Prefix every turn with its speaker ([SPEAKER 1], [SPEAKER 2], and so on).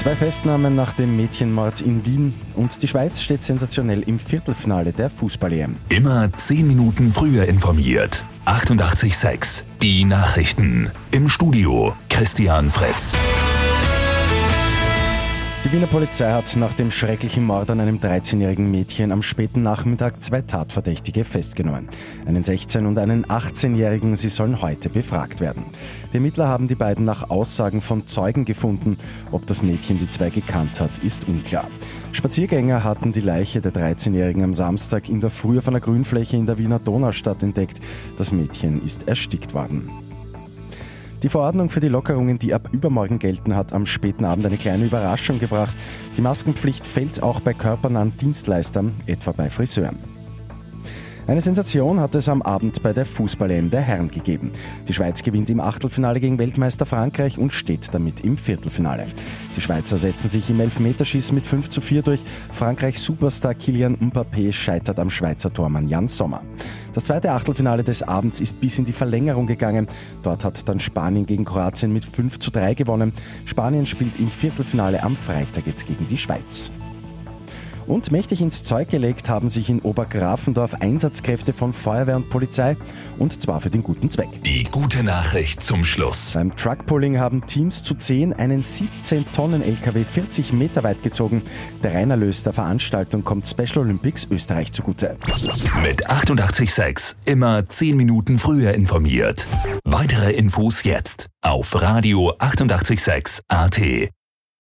[SPEAKER 1] 2 Festnahmen nach dem Mädchenmord in Wien und die Schweiz steht sensationell im Viertelfinale der Fußball-EM.
[SPEAKER 2] Immer 10 Minuten früher informiert. 88,6. Die Nachrichten. Im Studio Christian Fretz.
[SPEAKER 1] Die Wiener Polizei hat nach dem schrecklichen Mord an einem 13-jährigen Mädchen am späten Nachmittag 2 Tatverdächtige festgenommen. Einen 16- und einen 18-jährigen, sie sollen heute befragt werden. Die Ermittler haben die beiden nach Aussagen von Zeugen gefunden. Ob das Mädchen die 2 gekannt hat, ist unklar. Spaziergänger hatten die Leiche der 13-jährigen am Samstag in der Früh auf einer Grünfläche in der Wiener Donaustadt entdeckt. Das Mädchen ist erstickt worden. Die Verordnung für die Lockerungen, die ab übermorgen gelten, hat am späten Abend eine kleine Überraschung gebracht. Die Maskenpflicht fällt auch bei körpernahen Dienstleistern, etwa bei Friseuren. Eine Sensation hat es am Abend bei der Fußball-EM der Herren gegeben. Die Schweiz gewinnt im Achtelfinale gegen Weltmeister Frankreich und steht damit im Viertelfinale. Die Schweizer setzen sich im Elfmeterschießen mit 5:4 durch. Frankreichs Superstar Kylian Mbappé scheitert am Schweizer Tormann Jan Sommer. Das zweite Achtelfinale des Abends ist bis in die Verlängerung gegangen. Dort hat dann Spanien gegen Kroatien mit 5:3 gewonnen. Spanien spielt im Viertelfinale am Freitag jetzt gegen die Schweiz. Und mächtig ins Zeug gelegt haben sich in Obergrafendorf Einsatzkräfte von Feuerwehr und Polizei, und zwar für den guten Zweck.
[SPEAKER 2] Die gute Nachricht zum Schluss.
[SPEAKER 1] Beim Truckpulling haben Teams zu 10 einen 17-Tonnen-LKW 40 Meter weit gezogen. Der Reinerlös der Veranstaltung kommt Special Olympics Österreich zugute.
[SPEAKER 2] Mit 88,6 immer 10 Minuten früher informiert. Weitere Infos jetzt auf Radio 88,6 AT.